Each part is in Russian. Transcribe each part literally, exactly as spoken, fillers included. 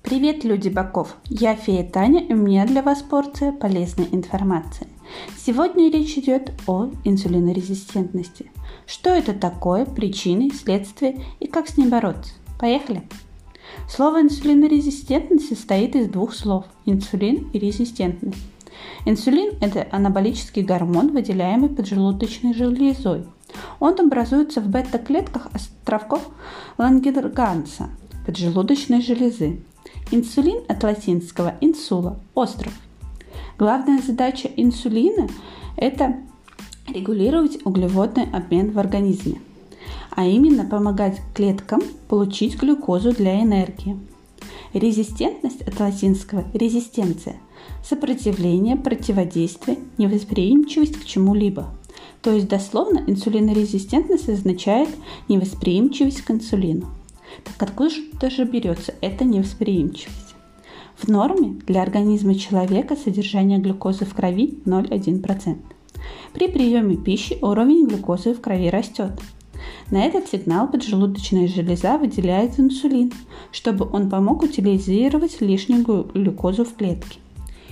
Привет, люди боков! Я фея Таня, и у меня для вас порция полезной информации. Сегодня речь идет о инсулинорезистентности. Что это такое, причины, следствия и как с ней бороться? Поехали! Слово инсулинорезистентность состоит из двух слов – инсулин и резистентность. Инсулин – это анаболический гормон, выделяемый поджелудочной железой. Он образуется в бета-клетках островков Лангерганса поджелудочной железы. Инсулин от латинского «инсула» – остров. Главная задача инсулина – это регулировать углеводный обмен в организме, а именно помогать клеткам получить глюкозу для энергии. Резистентность от латинского «резистенция» – сопротивление, противодействие, невосприимчивость к чему-либо. То есть дословно инсулинорезистентность означает невосприимчивость к инсулину. Так откуда же берется эта невосприимчивость? В норме для организма человека содержание глюкозы в крови ноль целых одна десятая процента. При приеме пищи уровень глюкозы в крови растет. На этот сигнал поджелудочная железа выделяет инсулин, чтобы он помог утилизировать лишнюю глюкозу в клетке.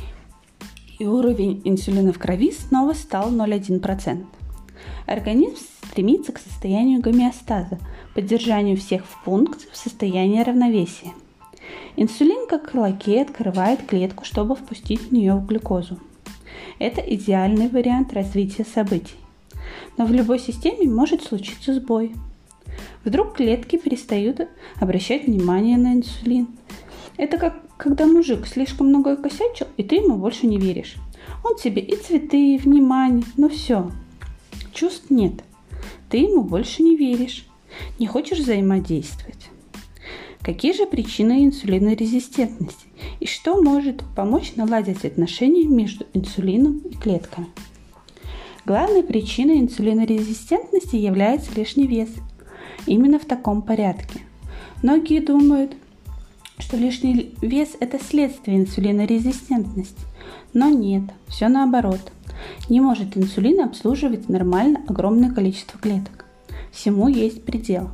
И уровень инсулина в крови снова стал ноль целых одна десятая процента. Организм стремится к состоянию гомеостаза, поддержанию всех функций в состоянии равновесия. Инсулин, как лакей, открывает клетку, чтобы впустить в нее глюкозу. Это идеальный вариант развития событий. Но в любой системе может случиться сбой. Вдруг клетки перестают обращать внимание на инсулин. Это как когда мужик слишком много косячил, и ты ему больше не веришь. Он тебе и цветы, и внимание, но все. Чувств нет. Ты ему больше не веришь. Не хочешь взаимодействовать. Какие же причины инсулинорезистентности? И что может помочь наладить отношения между инсулином и клетками? Главной причиной инсулинорезистентности является лишний вес. Именно в таком порядке. Многие думают, что лишний вес – это следствие инсулинорезистентности. Но нет, все наоборот. Не может инсулин обслуживать нормально огромное количество клеток. Всему есть предел.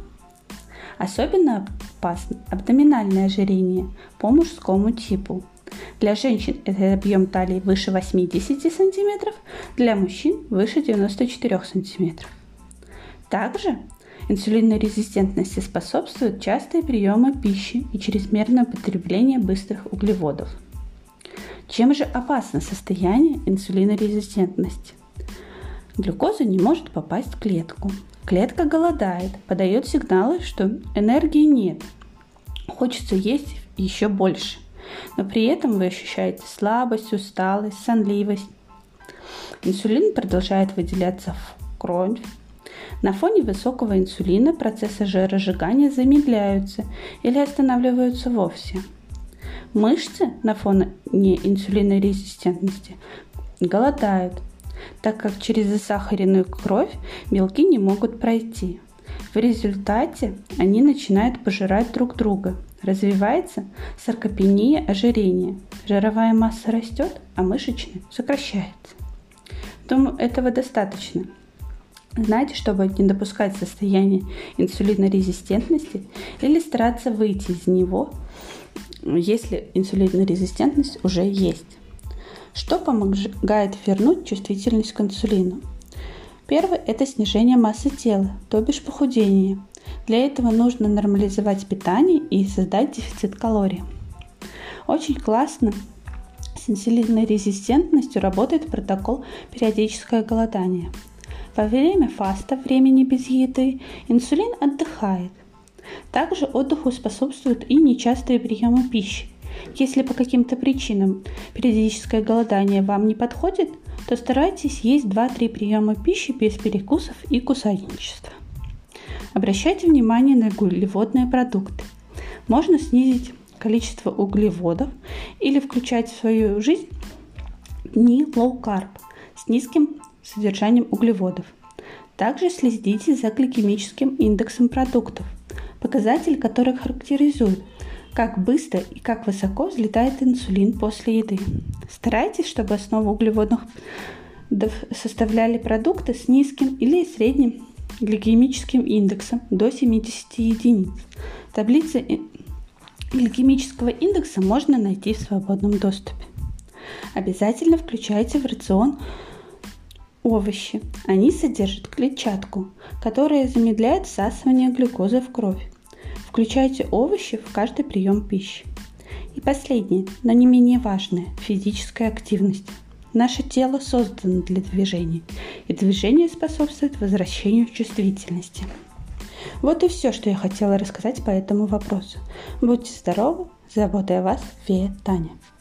Особенно опасно абдоминальное ожирение по мужскому типу. Для женщин это объем талии выше восемьдесят сантиметров, для мужчин выше девяноста четырёх сантиметров. Также инсулинорезистентности способствуют частые приемы пищи и чрезмерное потребление быстрых углеводов. Чем же опасно состояние инсулинорезистентности? Глюкоза не может попасть в клетку. Клетка голодает, подает сигналы, что энергии нет. Хочется есть еще больше. Но при этом вы ощущаете слабость, усталость, сонливость. Инсулин продолжает выделяться в кровь. На фоне высокого инсулина процессы жиросжигания замедляются или останавливаются вовсе. Мышцы на фоне инсулинорезистентности голодают, так как через засахаренную кровь белки не могут пройти. В результате они начинают пожирать друг друга. Развивается саркопения, ожирение. Жировая масса растет, а мышечная сокращается. Думаю, этого достаточно. Знаете, чтобы не допускать состояние инсулинорезистентности или стараться выйти из него, если инсулинорезистентность уже есть. Что помогает вернуть чувствительность к инсулину? Первое – это снижение массы тела, то бишь похудение. Для этого нужно нормализовать питание и создать дефицит калорий. Очень классно с инсулинорезистентностью работает протокол периодическое голодание. Во время фаста, времени без еды, инсулин отдыхает. Также отдыху способствуют и нечастые приемы пищи. Если по каким-то причинам периодическое голодание вам не подходит, то старайтесь есть два-три приема пищи без перекусов и кусачничества. Обращайте внимание на углеводные продукты. Можно снизить количество углеводов или включать в свою жизнь дни low carb с низким содержанием углеводов. Также следите за гликемическим индексом продуктов, показатель, который характеризует, как быстро и как высоко взлетает инсулин после еды. Старайтесь, чтобы основу углеводных составляли продукты с низким или средним гликемическим индексом до семидесяти единиц. Таблица гликемического индекса можно найти в свободном доступе. Обязательно включайте в рацион овощи. Они содержат клетчатку, которая замедляет всасывание глюкозы в кровь. Включайте овощи в каждый прием пищи. И последнее, но не менее важное – физическая активность. Наше тело создано для движения, и движение способствует возвращению чувствительности. Вот и все, что я хотела рассказать по этому вопросу. Будьте здоровы, с заботой о вас, фея Таня.